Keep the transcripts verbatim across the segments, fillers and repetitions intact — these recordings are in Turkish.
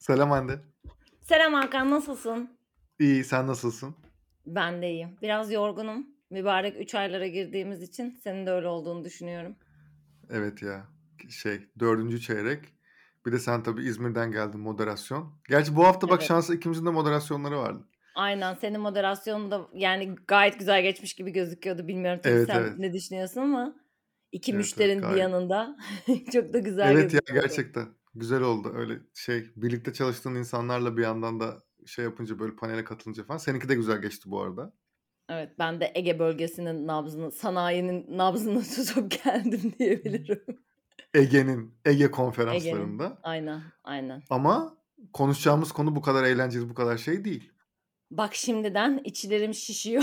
Selam Hande. Selam Hakan, nasılsın? İyi, sen nasılsın? Ben de iyiyim. Biraz yorgunum. Mübarek üç aylara girdiğimiz için senin de öyle olduğunu düşünüyorum. Evet ya, şey, dördüncü çeyrek. Bir de sen tabii İzmir'den geldin moderasyon. Gerçi bu hafta bak Evet. şansa ikimizin de moderasyonları vardı. Aynen, senin moderasyonun da yani gayet güzel geçmiş gibi gözüküyordu. Bilmiyorum tabii Evet, sen evet. ne düşünüyorsun ama iki Evet, evet, müşterinin bir gayet. yanında çok da güzel Evet ya, gözüküyordu. gerçekten güzel oldu. Öyle şey, birlikte çalıştığın insanlarla bir yandan da şey yapınca, böyle panele katılınca falan. Seninki de güzel geçti bu arada. Evet, ben de Ege bölgesinin nabzını, sanayinin nabzını tutup geldim diyebilirim. Ege'nin, Ege Ege'nin. konferanslarında. Aynen, aynen. Ama konuşacağımız konu bu kadar eğlenceli, bu kadar şey değil. Bak şimdiden içlerim şişiyor.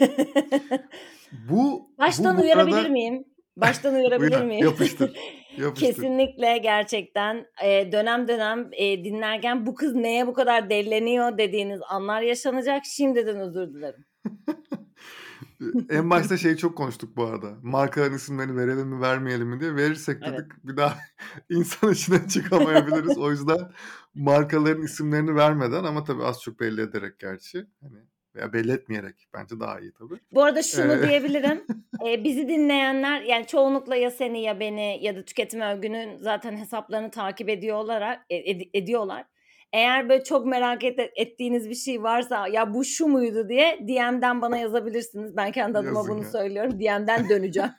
Bu, bu Baştan bu uyarabilir arada miyim? Baştan uyarabilir uyar, miyim? yapıştır, yapıştır. Kesinlikle gerçekten, eee, dönem dönem, eee, dinlerken "Bu kız neye bu kadar delleniyor?" dediğiniz anlar yaşanacak. Şimdiden özür dilerim. En başta şeyi çok konuştuk bu arada. Markaların isimlerini verelim mi, vermeyelim mi diye. Verirsek Evet. dedik bir daha insan içine çıkamayabiliriz. O yüzden markaların isimlerini vermeden ama tabii az çok belli ederek gerçi, hani, veya belli etmeyerek bence daha iyi tabii. Bu arada şunu Eee diyebilirim, eee, bizi dinleyenler, yani, çoğunlukla ya seni ya beni ya da Tüketim Övgü'nün zaten hesaplarını takip ediyor olarak e edi ediyorlar. Eğer böyle çok merak ete ettiğiniz bir şey varsa, "Ya, bu şu muydu?" diye D M'den bana yazabilirsiniz. Ben kendi adıma Yazın bunu ya. söylüyorum. D M'den döneceğim.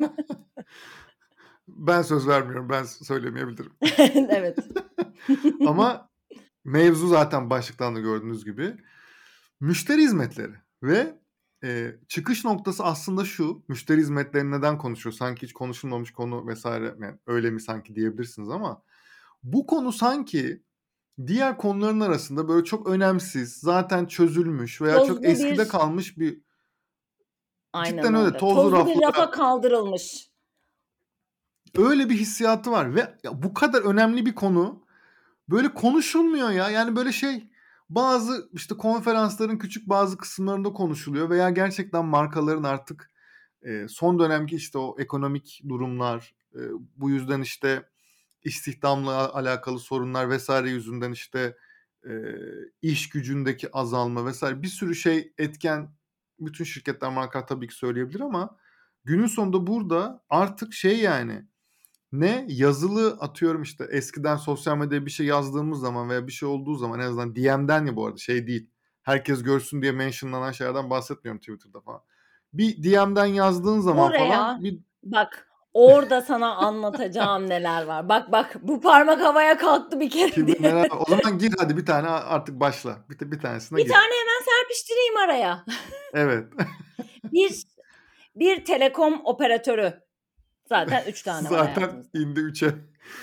Ben söz vermiyorum. Ben s söylemeyebilirim. Evet. Ama mevzu zaten başlıktan da gördüğünüz gibi müşteri hizmetleri ve, eee, çıkış noktası aslında şu: Müşteri hizmetlerini neden konuşuyoruz? Sanki hiç konuşulmamış konu vesaire yani öyle mi sanki diyebilirsiniz ama bu konu sanki diğer konuların arasında böyle çok önemsiz, zaten çözülmüş veya çok Tozlu eskide bir kalmış bir. Aynen Cidden öyle öyle. tozlu Tozlu bir rafa raflara kaldırılmış. öyle bir hissiyatı var ve ya bu kadar önemli bir konu böyle konuşulmuyor ya. Yani, böyle, şey, bazı, işte, konferansların küçük bazı kısımlarında konuşuluyor veya gerçekten markaların artık, eee, son dönemki, işte, o ekonomik durumlar, eee, bu yüzden, işte, istihdamla alakalı sorunlar vesaire yüzünden, işte, eee, iş gücündeki azalma vesaire bir sürü şey etken, bütün şirketler, markalar tabii ki söyleyebilir ama günün sonunda burada artık şey, yani, ne yazılı atıyorum, işte, eskiden sosyal medyaya bir şey yazdığımız zaman veya bir şey olduğu zaman en azından D M'den ya bu arada şey değil, herkes görsün diye mention'lanan şeylerden bahsetmiyorum Twitter'da falan. Bir D M'den yazdığın zaman Oraya falan bir bak, orada sana anlatacağım neler var. Bak, bak, bu parmak havaya kalktı bir kere kimde neler diye. var. O zaman gir hadi bir tane artık başla. Bir bir tanesine Bir gir. tane hemen serpiştireyim araya. Evet. Bir bir telekom operatörü. Zaten üç tane var Zaten hayatımızda. indi üçe.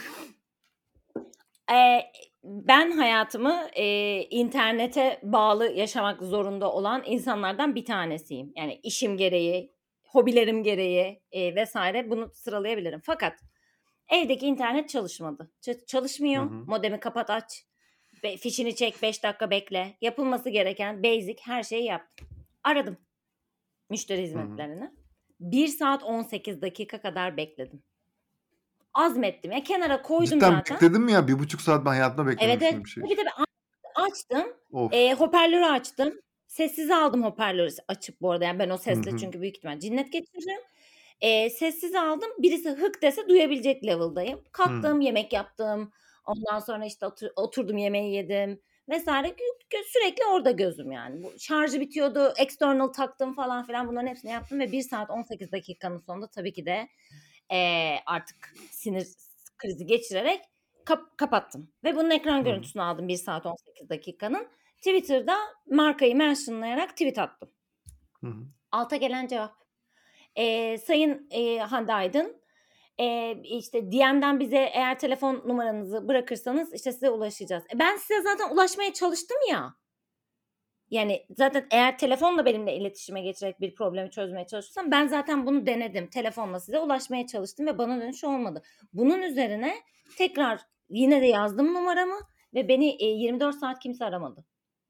Eee, ben hayatımı, eee, internete bağlı yaşamak zorunda olan insanlardan bir tanesiyim. Yani işim gereği, hobilerim gereği, eee, vesaire bunu sıralayabilirim. Fakat evdeki internet çalışmadı. Ça Hı çalışmıyor. hı. Modemi kapat aç, be fişini çek, beş dakika bekle. Yapılması gereken basic her şeyi yaptım. Aradım müşteri Hı hı. hizmetlerini. bir saat on sekiz dakika kadar bekledim. Azmettim. Ya, kenara koydum Cidden zaten. bekledin mi ya? Bir buçuk saat ben hayatımda Evet, beklememiştim evet. öyle bir şey. Tabii, tabii. A açtım. Of. Eee, hoparlörü açtım. Sessize aldım hoparlörü s açıp bu arada. Yani ben o Hı sesle hı. çünkü büyük ihtimal cinnet geçiririm. Eee, sessize aldım. Birisi hık dese duyabilecek level'dayım. Hı. Kalktım, yemek yaptım. Ondan sonra, işte, otu oturdum, yemeği yedim vesaire. Gü gö sürekli orada gözüm yani. Bu şarjı bitiyordu, external taktım falan filan bunların hepsini yaptım ve bir saat on sekiz dakikanın sonunda tabii ki de, eee, artık sinir s krizi geçirerek kap kapattım ve bunun ekran Hı hı. görüntüsünü aldım bir saat on sekiz dakikanın. Twitter'da markayı mentionlayarak tweet attım. Hı hı. Alta gelen cevap, eee, "Sayın, eee, Hande Aydın, eee, işte, D M'den bize eğer telefon numaranızı bırakırsanız, işte, size ulaşacağız." E, ben size zaten ulaşmaya çalıştım ya. Yani, zaten eğer telefonla benimle iletişime geçerek bir problemi çözmeye çalışıyorsan ben zaten bunu denedim. Telefonla size ulaşmaya çalıştım ve bana dönüş olmadı. Bunun üzerine tekrar yine de yazdım numaramı ve beni, eee, yirmi dört saat kimse aramadı.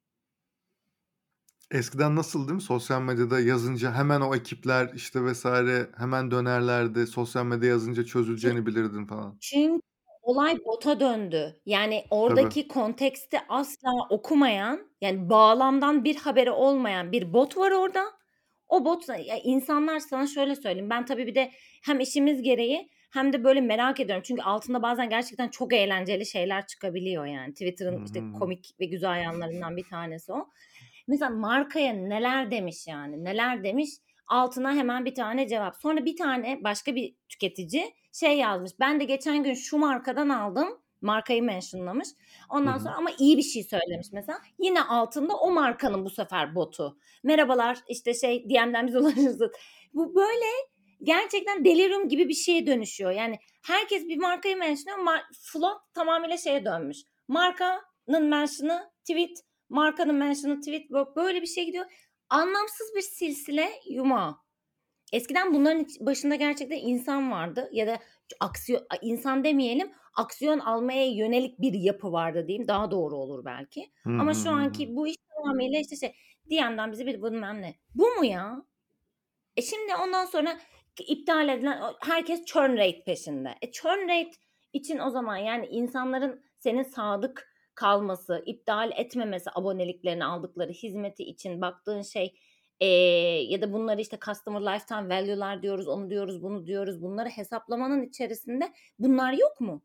Eskiden nasıldı değil mi? Sosyal medyada yazınca hemen o ekipler, işte, vesaire hemen dönerlerdi. Sosyal medyada yazınca Çü çözüleceğini bilirdin falan. çünkü olay bot'a döndü. Yani Tabii. oradaki konteksti asla okumayan, yani bağlamdan bir haberi olmayan bir bot var orada. O bot ya insanlar sana şöyle söyleyeyim, ben tabii bir de hem işimiz gereği hem de böyle merak ediyorum. Çünkü altında bazen gerçekten çok eğlenceli şeyler çıkabiliyor yani. Hı Twitter'ın işte hı. komik ve güzel yanlarından bir tanesi o. Mesela markaya neler demiş yani, neler demiş, altına hemen bir tane cevap. Sonra bir tane başka bir tüketici şey yazmış, ben de geçen gün şu markadan aldım, markayı mentionlamış. Hı Ondan hı. sonra ama iyi bir şey söylemiş mesela. Yine altında o markanın bu sefer botu. Merhabalar, işte şey D M'den bize ulaşırsınız. Bu böyle gerçekten delirium gibi bir şeye dönüşüyor. Yani herkes bir markayı mentionlıyor. Mar- Flock tamamıyla şeye dönmüş. Markanın mention'ı tweet, markanın mention'ı tweet, böyle bir şey gidiyor. Anlamsız bir silsile yumağı. Eskiden bunların başında gerçekten insan vardı ya da aksiyon insan demeyelim, aksiyon almaya yönelik bir yapı vardı diyeyim, daha doğru olur belki. Hı Ama hı, şu hı hı. anki bu iş tamamıyla işte şey, D M'den bize bir bilmem ne. Bu mu ya? E şimdi ondan sonra iptal edilen herkes churn rate peşinde. E churn rate için o zaman yani insanların senin sadık kalması, iptal etmemesi, aboneliklerini aldıkları hizmeti için baktığın şey eee, ya da bunları işte customer lifetime value'lar diyoruz, onu diyoruz, bunu diyoruz. Bunları hesaplamanın içerisinde bunlar yok mu?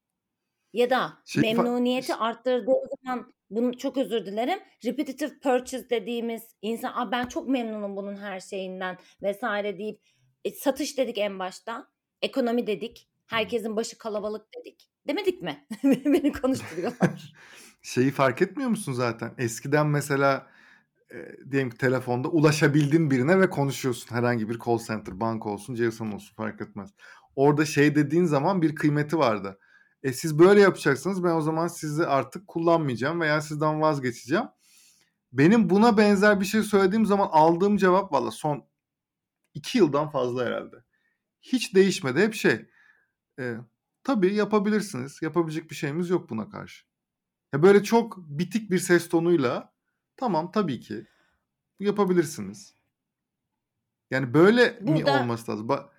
Ya da Şey fa memnuniyeti ş arttırdığı zaman bunu çok özür dilerim, repetitive purchase dediğimiz insan, "A, ben çok memnunum bunun her şeyinden." vesaire deyip e, satış dedik en başta, ekonomi dedik, herkesin başı kalabalık dedik. Demedik mi? Beni konuşturuyorlar. Şeyi fark etmiyor musun zaten? Eskiden mesela, eee, diyelim ki telefonda ulaşabildin birine ve konuşuyorsun. Herhangi bir call center, banka olsun, G S M olsun fark etmez. Orada şey dediğin zaman bir kıymeti vardı. E, siz böyle yapacaksınız, ben o zaman sizi artık kullanmayacağım veya sizden vazgeçeceğim. Benim buna benzer bir şey söylediğim zaman aldığım cevap valla son iki yıldan fazla herhâlde. Hiç değişmedi. Hep şey, eee, tabii yapabilirsiniz. Yapabilecek bir şeyimiz yok buna karşı. Ya, böyle çok bitik bir ses tonuyla, "Tamam, tabii ki yapabilirsiniz." Yani böyle mi Burada olması lazım? Ba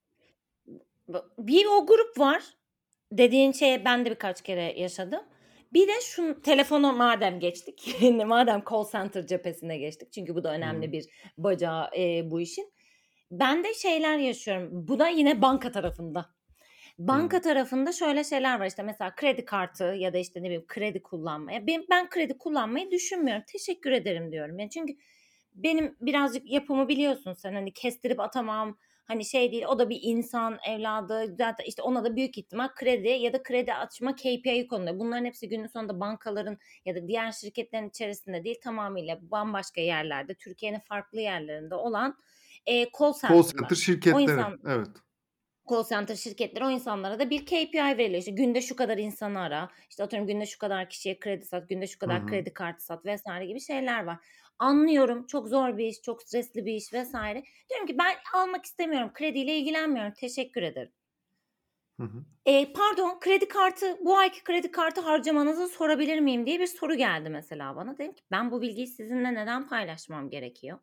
b bir o grup var. Dediğin şeye ben de birkaç kere yaşadım. Bir de şun telefona madem geçtik, madem call center cephesine geçtik çünkü bu da Hı hı. önemli bir bacağı, eee, bu işin. Ben de şeyler yaşıyorum. Bu da yine banka tarafında. Hıı. Banka tarafında şöyle şeyler var, işte, mesela kredi kartı ya da, işte, ne bileyim, kredi kullanmaya. Ben ben kredi kullanmayı düşünmüyorum. "Teşekkür ederim." diyorum. Yani, çünkü benim birazcık yapımı biliyorsun sen, hani, kestirip atamam, hani, şey değil, o da bir insan evladı. Zaten, işte, ona da büyük ihtimal kredi ya da kredi açma K P I'yi konuluyor. Bunların hepsi günün sonunda bankaların ya da diğer şirketlerin içerisinde değil, tamamıyla bambaşka yerlerde, Türkiye'nin farklı yerlerinde olan, eee, call Call center center'lar. O şirketleri. insan Evet. Call center şirketleri o insanlara da bir K P I veriliyor. İşte günde şu kadar insanı ara, işte atıyorum günde şu kadar kişiye kredi sat, günde şu Hı kadar hı. kredi kartı sat vesaire gibi şeyler var. Anlıyorum, çok zor bir iş, çok stresli bir iş vesaire. Diyorum ki ben almak istemiyorum, krediyle ilgilenmiyorum, teşekkür ederim. Hı hı. Eee, pardon, kredi kartı, bu ayki kredi kartı harcamanızı sorabilir miyim diye bir soru geldi mesela bana. Dedim ki ben bu bilgiyi sizinle neden paylaşmam gerekiyor?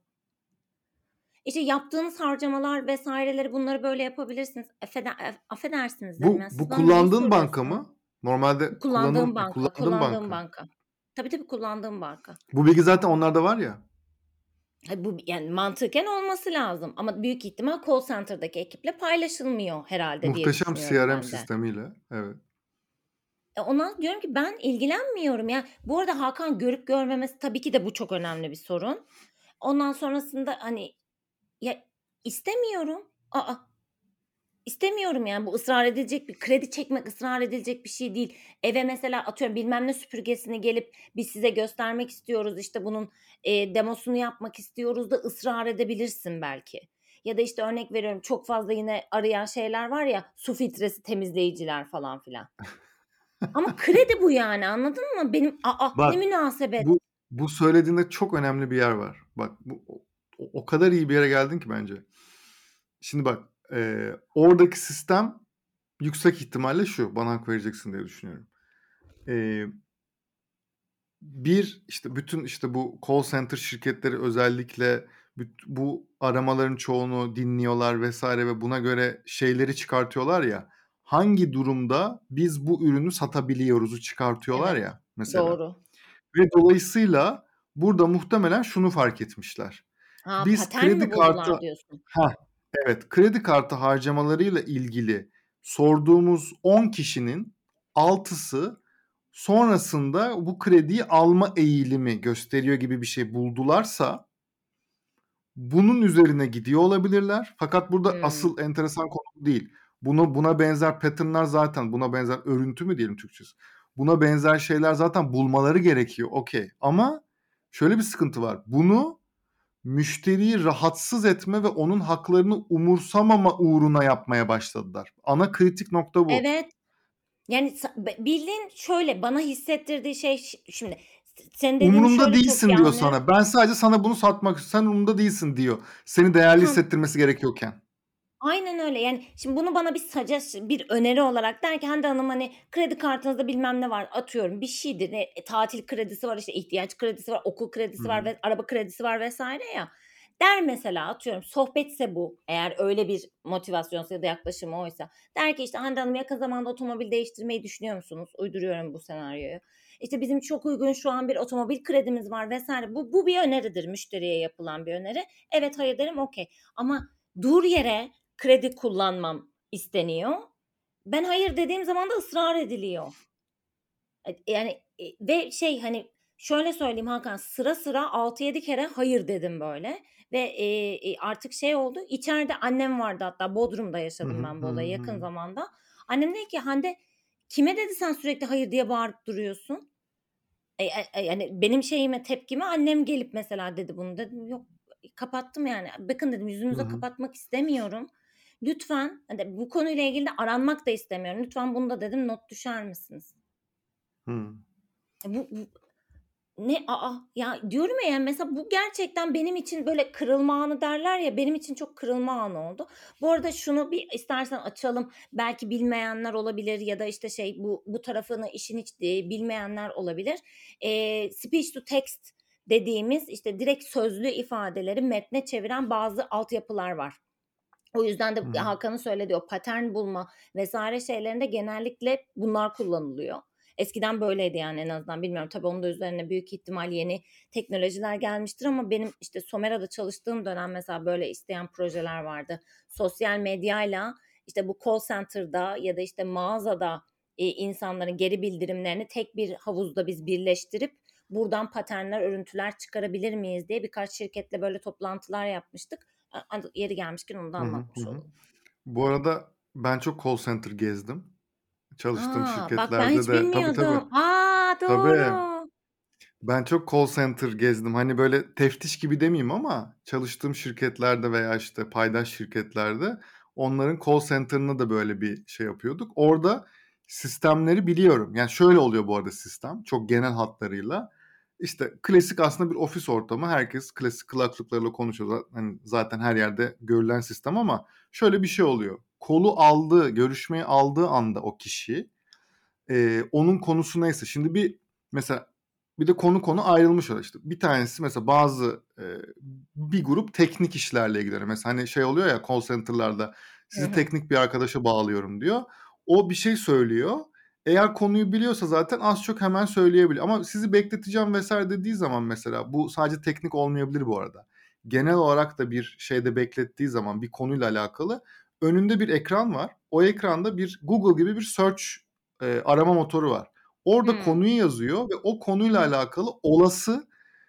İşte yaptığınız harcamalar vesaireleri bunları böyle yapabilirsiniz. Affede ef affedersiniz dedim, Bu yani bu siz bana neyi kullandığın banka soruyorsunuz? mı? Normalde Kullandığım kullanım banka, kullandığın kullandığım banka. banka. Tabii, tabii kullandığım banka. Bu bilgi zaten onlarda var ya. Ha, bu yani mantıken olması lazım ama büyük ihtimal call center'daki ekiple paylaşılmıyor herhâlde diye Muhteşem düşünüyorum C R M ben de. sistemiyle. Evet. E, ondan diyorum ki ben ilgilenmiyorum ya. Bu arada Hakan görüp görmemesi tabii ki de bu çok önemli bir sorun. Ondan sonrasında, hani, ya istemiyorum. A, a! İstemiyorum yani bu ısrar edilecek bir kredi çekmek ısrar edilecek bir şey değil. Eve mesela atıyorum bilmem ne süpürgesini gelip biz size göstermek istiyoruz, işte, bunun, eee, demosunu yapmak istiyoruz da ısrar edebilirsin belki. Ya da, işte, örnek veriyorum çok fazla yine arayan şeyler var ya, su filtresi temizleyiciler falan filan. Ama kredi bu yani anladın mı? Benim A, a! Ne Bak, münasebet. bu bu söylediğinde çok önemli bir yer var. Bak, bu o o kadar iyi bir yere geldin ki bence. Şimdi bak, eee, oradaki sistem yüksek ihtimalle şu, bana hak vereceksin diye düşünüyorum. Eee Bir, işte, bütün, işte, bu call center şirketleri özellikle büt bu aramaların çoğunu dinliyorlar vesaire ve buna göre şeyleri çıkartıyorlar ya, hangi durumda biz bu ürünü satabiliyoruzu çıkartıyorlar Evet, ya mesela. doğru. Ve dolayısıyla burada muhtemelen şunu fark etmişler. Ha, Biz patern kredi mi kartı buldular diyorsun? Hah, evet, kredi kartı harcamalarıyla ilgili sorduğumuz on kişinin altısı sonrasında bu krediyi alma eğilimi gösteriyor gibi bir şey buldularsa bunun üzerine gidiyor olabilirler. Fakat burada Hımm. asıl enteresan konu bu değil. Bunu buna benzer pattern'lar zaten buna benzer örüntü mü diyelim Türkçesi? Buna benzer şeyler zaten bulmaları gerekiyor. Okay. Ama şöyle bir sıkıntı var. Bunu müşteriyi rahatsız etme ve onun haklarını umursamama uğruna yapmaya başladılar. Ana kritik nokta bu. Evet. Yani sa be bildiğin şöyle, bana hissettirdiği şey ş şimdi s senin dediğini Umurumda şöyle çok iyi değilsin diyor anlıyorum. sana. Ben sadece sana bunu satmak sen umurumda değilsin diyor. Seni değerli Hah, hissettirmesi gerekiyorken. aynen öyle. Yani, şimdi bunu bana bir suggest bir öneri olarak der ki Hande Hanım, hani, kredi kartınızda bilmem ne var, atıyorum bir şeydir, ne e, tatil kredisi var, işte, ihtiyaç kredisi var, okul Hı kredisi var hı. ve araba kredisi var vesaire ya. Der mesela, atıyorum sohbetse bu, eğer öyle bir motivasyonsa ya da yaklaşımı oysa. Der ki, işte, Hande Hanım yakın zamanda otomobil değiştirmeyi düşünüyor musunuz? Uyduruyorum bu senaryoyu. İşte, bizim çok uygun şu an bir otomobil kredimiz var vesaire. Bu bu bir öneridir, müşteriye yapılan bir öneri. Evet, hayır derim, okay. Ama dur yere kredi kullanmam isteniyor. Ben hayır dediğim zaman da ısrar ediliyor. Ed yani, eee, ve şey, hani, şöyle söyleyeyim Hakan, sıra sıra altı yedi kere hayır dedim böyle ve, eee, eee, artık şey oldu, içeride annem vardı hatta Bodrum'da Hı yaşadım hı. ben Hı bu hı. olayı Hı yakın hı. zamanda. Annem dedi ki, "Hande, kime dedi sen sürekli hayır diye bağırıp duruyorsun?" E e e yani benim şeyime, tepkime annem gelip mesela dedi bunu. Dedim yok, kapattım yani. Bakın dedim Hı yüzünüze hı. kapatmak istemiyorum. Lütfen, hani, bu konuyla ilgili de aranmak da istemiyorum. Lütfen bunu da dedim not düşer misiniz? Hı. E bu bu ne a, ya diyorum ya yani mesela bu gerçekten benim için böyle kırılma anı derler ya, benim için çok kırılma anı oldu. Bu arada şunu bir istersen açalım. Belki bilmeyenler olabilir ya da işte şey bu bu tarafını işin hiç, eee, bilmeyenler olabilir. Eee, speech to text dediğimiz işte direkt sözlü ifadeleri metne çeviren bazı altyapılar var. O yüzden Hı de hı. Hakan'ın söylediği o patern bulma vesaire şeylerinde genellikle bunlar kullanılıyor. Eskiden böyleydi yani en azından bilmiyorum. Tabii onun da üzerine büyük ihtimal yeni teknolojiler gelmiştir ama benim işte Somera'da çalıştığım dönem mesela böyle isteyen projeler vardı. Sosyal medyayla işte bu call center'da ya da işte mağazada, eee, insanların geri bildirimlerini tek bir havuzda biz birleştirip buradan paternler, örüntüler çıkarabilir miyiz diye birkaç şirketle böyle toplantılar yapmıştık. A ad yeri gelmişken onu da Hı hı. Hı anlatmış hı. olalım. Bu arada ben çok call center gezdim. Çalıştığım A! Bak ben şirketlerde hiç de tabii tabii. bilmiyordum. A! Tabii. Doğru. Ben çok call center gezdim. Hani, böyle, teftiş gibi demeyeyim ama çalıştığım şirketlerde veya, işte, paydaş şirketlerde onların call center'ına da böyle bir şey yapıyorduk. Orada sistemleri biliyorum. Yani, şöyle oluyor bu arada sistem, çok genel hatlarıyla. İşte, klasik aslında bir ofis ortamı. Herkes klasik kulaklıklarla konuşuyor. Za hani, zaten her yerde görülen sistem ama şöyle bir şey oluyor. Kolu aldığı, görüşmeyi aldığı anda o kişi, Eee, onun konusu neyse. Şimdi bir mesela bir de konu konu ayrılmış oluyor işte. Bir tanesi mesela bazı, eee, bir grup teknik işlerle ilgileniyor. Mesela, hani, şey oluyor ya call center'larda, Hı "Sizi hı. teknik bir arkadaşa bağlıyorum." diyor. O bir şey söylüyor. Eğer konuyu biliyorsa zaten az çok hemen söyleyebiliyor ama "Sizi bekleteceğim." vesaire dediği zaman mesela bu sadece teknik olmayabilir bu arada. Genel olarak da bir şeyde beklettiği zaman bir konuyla alakalı önünde bir ekran var. O ekranda bir Google gibi bir search eee, arama motoru var. Orada Hımm. konuyu yazıyor ve o Hı konuyla hı. alakalı olası,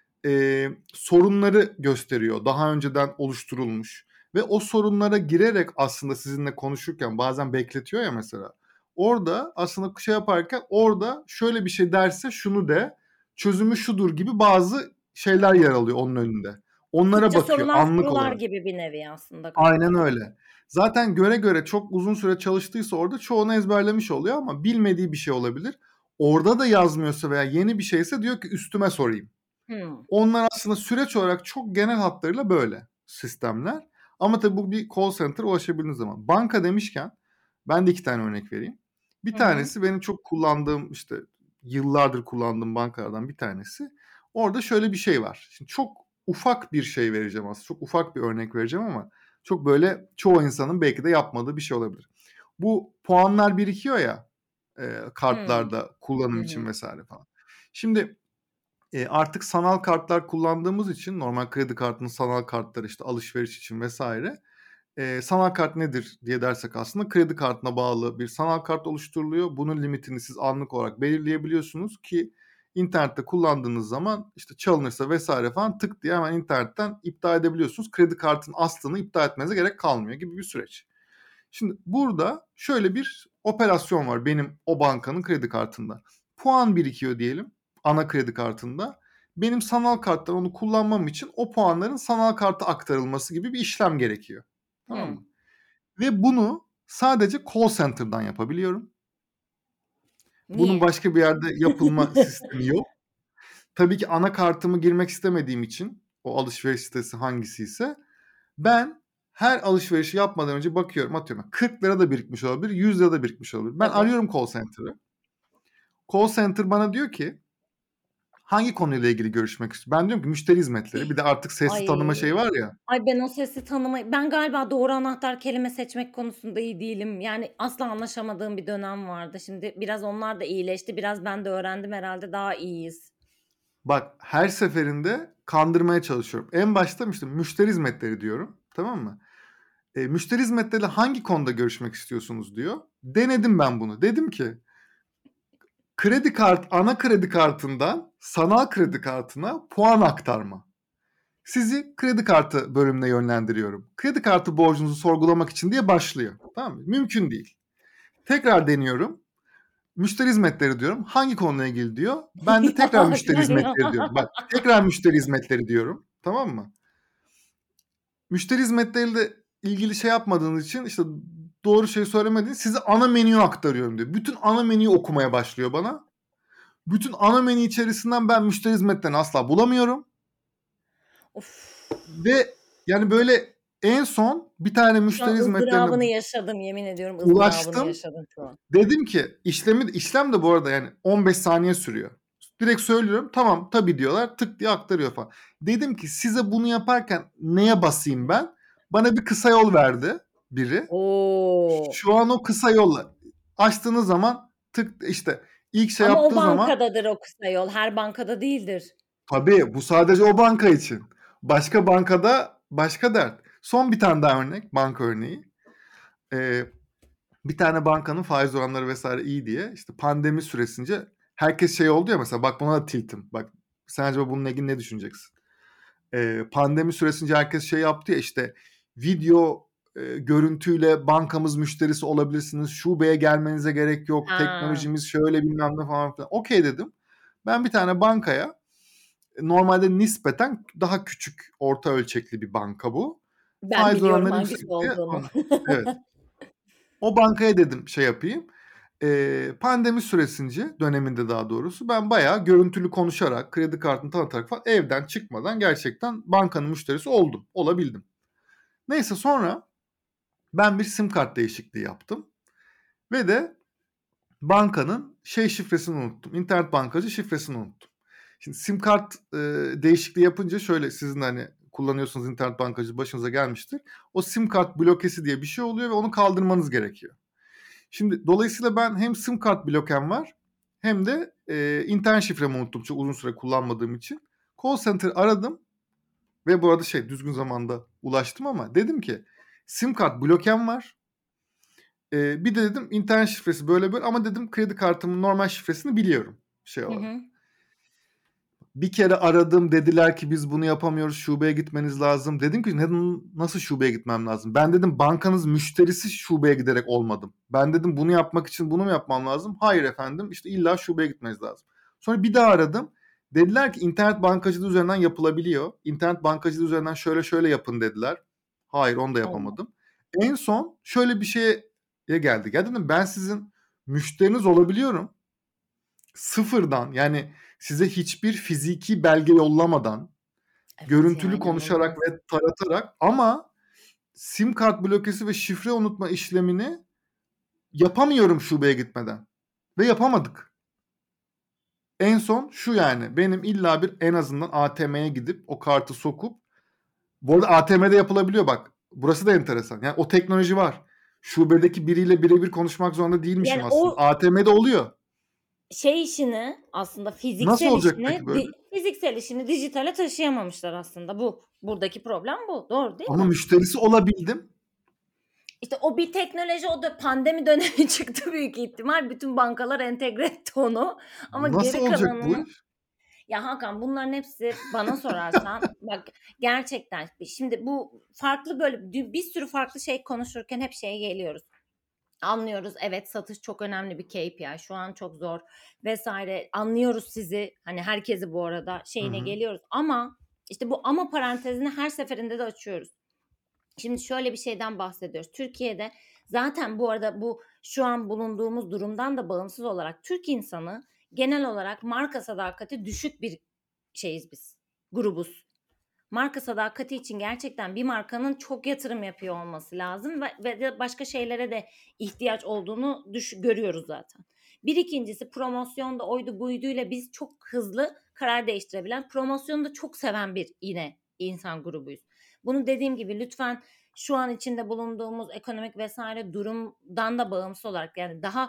eee, sorunları gösteriyor. Daha önceden oluşturulmuş ve o sorunlara girerek aslında sizinle konuşurken bazen bekletiyor ya mesela. Orada aslında şey yaparken orada şöyle bir şey derse şunu de, çözümü şudur gibi bazı şeyler yer alıyor onun önünde. Onlara Sıkça bakıyor sorulan anlık sorular olarak. gibi bir nevi aslında Aynen galiba. öyle. Zaten göre göre çok uzun süre çalıştıysa orada çoğunu ezberlemiş oluyor ama bilmediği bir şey olabilir. Orada da yazmıyorsa veya yeni bir şeyse diyor ki üstüme sorayım. Hımm. Onlar aslında süreç olarak çok genel hatlarıyla böyle sistemler. Ama tabii bu bir call center ulaşabildiğiniz zaman. Banka demişken ben de iki tane örnek vereyim. Bir Hı hı. tanesi benim çok kullandığım işte yıllardır kullandığım bankalardan bir tanesi. Orada şöyle bir şey var. Şimdi çok ufak bir şey vereceğim aslında. Çok ufak bir örnek vereceğim ama çok böyle çoğu insanın belki de yapmadığı bir şey olabilir. Bu puanlar birikiyor ya, eee, Hımm. kartlarda kullanım Hı için hı. vesaire falan. Şimdi, eee, artık sanal kartlar kullandığımız için normal kredi kartının sanal kartları, işte, alışveriş için vesaire. Eee, sanal kart nedir diye dersek aslında kredi kartına bağlı bir sanal kart oluşturuluyor. Bunun limitini siz anlık olarak belirleyebiliyorsunuz ki internette kullandığınız zaman, işte, çalınırsa vesaire falan tık diye hemen internetten iptal edebiliyorsunuz. Kredi kartının aslını iptal etmenize gerek kalmıyor gibi bir süreç. Şimdi burada şöyle bir operasyon var benim o bankanın kredi kartında. Puan birikiyor diyelim ana kredi kartında. Benim sanal karttan onu kullanmam için o puanların sanal karta aktarılması gibi bir işlem gerekiyor. Tamam mı? Hımm. Ve bunu sadece call center'dan yapabiliyorum. Bunun Niye? başka bir yerde yapılma sistemi yok. Tabii ki ana kartımı girmek istemediğim için o alışveriş sitesi hangisiyse ben her alışverişi yapmadan önce bakıyorum. Atıyorum kırk lira da birikmiş olabilir, yüz lira da birikmiş olabilir. Ben Tabii. arıyorum call center'ı. Call center bana diyor ki hangi konuyla ilgili görüşmek istiyor? Ben diyorum ki müşteri hizmetleri. Bir de artık sesli tanıma Ay. şeyi var ya. Ay, ben o sesi tanımayı ben galiba doğru anahtar kelime seçmek konusunda iyi değilim. Yani asla anlaşamadığım bir dönem vardı. Şimdi biraz onlar da iyileşti. Biraz ben de öğrendim herhâlde daha iyiyiz. Bak her seferinde kandırmaya çalışıyorum. En başta işte müşteri hizmetleri diyorum. Tamam mı? Eee, müşteri hizmetleriyle hangi konuda görüşmek istiyorsunuz diyor. Denedim ben bunu. Dedim ki kredi kart ana kredi kartından sanal kredi kartına puan aktarma. Sizi kredi kartı bölümüne yönlendiriyorum. Kredi kartı borcunuzu sorgulamak için diye başlıyor. Tamam mı? Mümkün değil. Tekrar deniyorum. Müşteri hizmetleri diyorum. Hangi konuyla ilgili diyor. Ben de Ya tekrar müşteri sen ya. hizmetleri diyorum. Bak tekrar müşteri hizmetleri diyorum. Tamam mı? Müşteri hizmetleriyle ilgili şey yapmadığınız için işte doğru şeyi söylemediğiniz size ana menüyü aktarıyorum diyor. Bütün ana menüyü okumaya başlıyor bana. Bütün ana menü içerisinden ben müşteri hizmetlerini asla bulamıyorum. Of! Ve yani böyle en son bir tane Şu müşteri an hizmetlerine ızdırabını yaşadım, yemin ediyorum ızdırabını ulaştım. yaşadım şu an. Dedim ki işlemi işlem de bu arada yani on beş saniye sürüyor. Direkt söylüyorum. Tamam, tabii diyorlar. Tık diye aktarıyor falan. Dedim ki size bunu yaparken neye basayım ben? Bana bir kısa yol verdi biri. O! Şu an o kısa yolla açtığınız zaman tık işte ilk şey Ama o yaptığı zaman bankadadır o kısa yol, her bankada değildir. tabii bu sadece o banka için. Başka bankada başka dert. Son bir tane daha örnek, banka örneği. Eee, bir tane bankanın faiz oranları vesaire iyi diye işte pandemi süresince herkes şey oldu ya mesela bak buna da tiltim. Bak sen acaba bununla ilgili ne düşüneceksin? Eee, pandemi süresince herkes şey yaptı ya işte video e, görüntüyle bankamız müşterisi olabilirsiniz. Şubeye gelmenize gerek yok. Ha. Teknolojimiz şöyle bilmem ne falan filan. Okey dedim. Ben bir tane bankaya normalde nispeten daha küçük, orta ölçekli bir banka bu. Ben Faiz biliyorum oranları yüksek hangisi diye olduğunu. ona evet. O bankaya dedim şey yapayım. Eee, pandemi süresince döneminde daha doğrusu ben bayağı görüntülü konuşarak, kredi kartını tanıtarak falan evden çıkmadan gerçekten bankanın müşterisi oldum. Olabildim. Neyse sonra ben bir sim kart değişikliği yaptım. Ve de bankanın şey şifresini unuttum. İnternet bankacı şifresini unuttum. Şimdi sim kart e, değişikliği yapınca şöyle sizin de hani kullanıyorsunuz internet bankacı başınıza gelmiştir. O sim kart blokesi diye bir şey oluyor ve onu kaldırmanız gerekiyor. Şimdi dolayısıyla ben hem sim kart blokem var hem de e, internet şifremi unuttum çok uzun süre kullanmadığım için. Call center aradım ve bu arada şey düzgün zamanda ulaştım ama dedim ki sim kart blokem var. E, bir de dedim internet şifresi böyle böyle ama dedim kredi kartımın normal şifresini biliyorum şey Hı olarak. hı. Bir kere aradım dediler ki biz bunu yapamıyoruz şubeye gitmeniz lazım. Dedim ki neden nasıl şubeye gitmem lazım? Ben dedim bankanız müşterisi şubeye giderek olmadım. Ben dedim bunu yapmak için bunu mu yapmam lazım? Hayır efendim işte illa şubeye gitmeniz lazım. Sonra bir daha aradım. Dediler ki internet bankacılığı üzerinden yapılabiliyor. İnternet bankacılığı üzerinden şöyle şöyle yapın dediler. Hayır onu da Allah. yapamadım. En son şöyle bir şeye geldik. Ya dedim ben sizin müşteriniz olabiliyorum. Sıfırdan yani size hiçbir fiziki belge yollamadan, Evet ya, görüntülü konuşarak inanılmaz. ve taratarak ama sim kart blokesi ve şifre unutma işlemini yapamıyorum şubeye gitmeden ve yapamadık. En son şu yani benim illa bir en azından A T M'ye gidip o kartı sokup bu arada A T M'de yapılabiliyor bak. Burası da enteresan. Yani o teknoloji var. şubedeki biriyle birebir konuşmak zorunda değilmişim Yani aslında. o A T M'de oluyor. şey işini aslında Nasıl fiziksel olacak peki işini böyle? di fiziksel işini dijitale taşıyamamışlar aslında. Bu. Buradaki problem bu. Doğru değil Ama mi? müşterisi olabildim. İşte o bir teknoloji, o da pandemi dönemi çıktı büyük ihtimal. Bütün bankalar entegre etti onu. Ama Nasıl geri olacak bu kalanını iş? Ya Hakan, bunların hepsi bana sorarsan bak gerçekten şimdi bu farklı böyle dü- bir sürü farklı şey konuşurken hep şeye geliyoruz. Anlıyoruz, evet, satış çok önemli bir K P I. Şu an çok zor vesaire. Anlıyoruz sizi. Hani herkesi bu arada Hı şeyine hı. geliyoruz ama işte bu ama parantezini her seferinde de açıyoruz. Şimdi şöyle bir şeyden bahsediyoruz. Türkiye'de zaten bu arada bu şu an bulunduğumuz durumdan da bağımsız olarak Türk insanı genel olarak marka sadakati düşük bir şeyiz biz. Grubuz. Marka sadakati için gerçekten bir markanın çok yatırım yapıyor olması lazım ve, ve de başka şeylere de ihtiyaç olduğunu düş, görüyoruz zaten. Bir ikincisi promosyonda oydu buyduyla biz çok hızlı karar değiştirebilen, promosyonu da çok seven bir yine insan grubuyuz. Bunu dediğim gibi lütfen şu an içinde bulunduğumuz ekonomik vesaire durumdan da bağımsız olarak, yani daha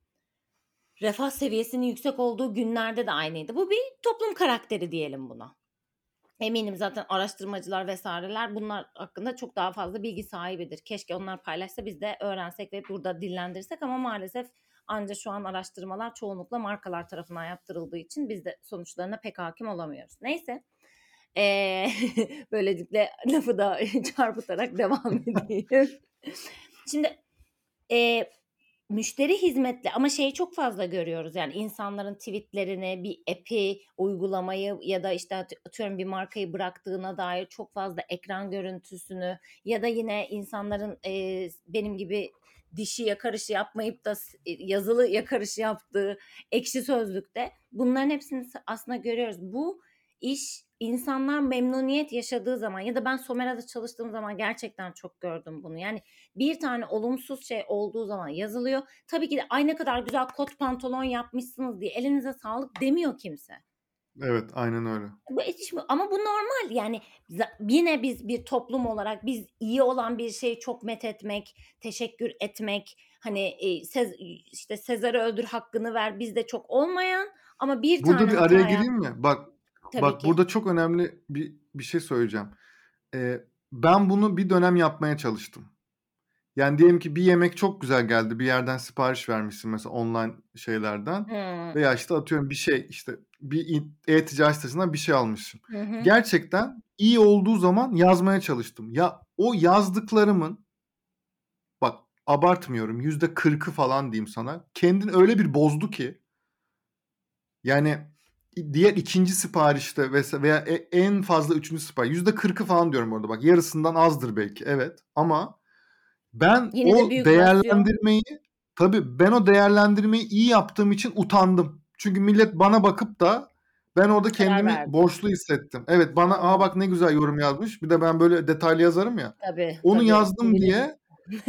refah seviyesinin yüksek olduğu günlerde de aynıydı. Bu bir toplum karakteri diyelim buna. Eminim zaten araştırmacılar vesaireler bunlar hakkında çok daha fazla bilgi sahibidir. Keşke onlar paylaşsa biz de öğrensek ve burada dillendirsek ama maalesef ancak şu an araştırmalar çoğunlukla markalar tarafından yaptırıldığı için biz de sonuçlarına pek hakim olamıyoruz. Neyse. Ee, böylelikle lafı da çarpıtarak devam edeyim. Şimdi e, müşteri hizmetli ama şeyi çok fazla görüyoruz, yani insanların tweetlerini, bir app'i, uygulamayı ya da işte atıyorum bir markayı bıraktığına dair çok fazla ekran görüntüsünü ya da yine insanların e, benim gibi dişi yakarışı yapmayıp da yazılı yakarışı yaptığı Ekşi Sözlük'te bunların hepsini aslında görüyoruz. Bu iş insanlar memnuniyet yaşadığı zaman ya da ben Somera'da çalıştığım zaman gerçekten çok gördüm bunu. Yani bir tane olumsuz şey olduğu zaman yazılıyor. Tabii ki de ay ne kadar güzel kot pantolon yapmışsınız diye elinize sağlık demiyor kimse. Evet, aynen öyle. Bu ama bu normal, yani yine biz bir toplum olarak biz iyi olan bir şeyi çok methetmek, teşekkür etmek, hani Sez, işte Sezar'ı öldür hakkını ver bizde çok olmayan ama bir Burada tane bir araya hata gireyim mi? Bak tabii bak ki. burada çok önemli bir bir şey söyleyeceğim. Ee, ben bunu bir dönem yapmaya çalıştım. Yani diyelim ki bir yemek çok güzel geldi. Bir yerden sipariş vermişsin mesela online şeylerden. Hmm. Veya işte atıyorum bir şey işte bir e-ticaret sitesinden bir şey almışsın. Hı hı. Gerçekten iyi olduğu zaman yazmaya çalıştım. Ya o yazdıklarımın bak abartmıyorum yüzde kırkı falan diyeyim sana. Kendini öyle bir bozdu ki yani diğer ikinci siparişte veya en fazla üçüncü sipariş yüzde kırkı falan diyorum orada bak yarısından azdır belki evet ama ben Yine de o büyük basıyor. değerlendirmeyi tabii ben o değerlendirmeyi iyi yaptığım için utandım. Çünkü millet bana bakıp da ben orada Karar kendimi verdi. borçlu hissettim. Evet bana aa Anladım. bak ne güzel yorum yazmış. Bir de ben böyle detaylı yazarım ya. Tabii Onu tabii. yazdım diye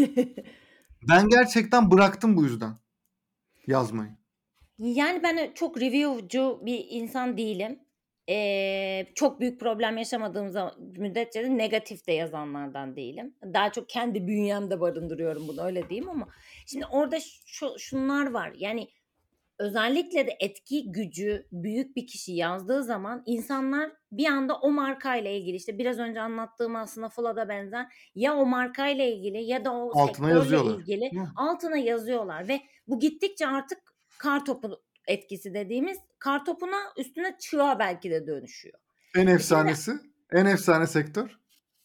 ben gerçekten bıraktım bu yüzden yazmayı. Yani ben çok review'cu bir insan değilim. Ee, çok büyük problem yaşamadığım zaman, müddetçe de negatif de yazanlardan değilim. Daha çok kendi bünyemde barındırıyorum bunu, öyle diyeyim ama şimdi orada şu, şunlar var. Yani özellikle de etki gücü büyük bir kişi yazdığı zaman insanlar bir anda o markayla ilgili, işte biraz önce anlattığım aslında Fula'da benzer, ya o markayla ilgili ya da o Altına sektörle yazıyorlar. ilgili Hı. altına yazıyorlar ve bu gittikçe artık kartopu etkisi dediğimiz kartopuna üstüne çığa belki de dönüşüyor. En E şimdi efsanesi, en efsane sektör.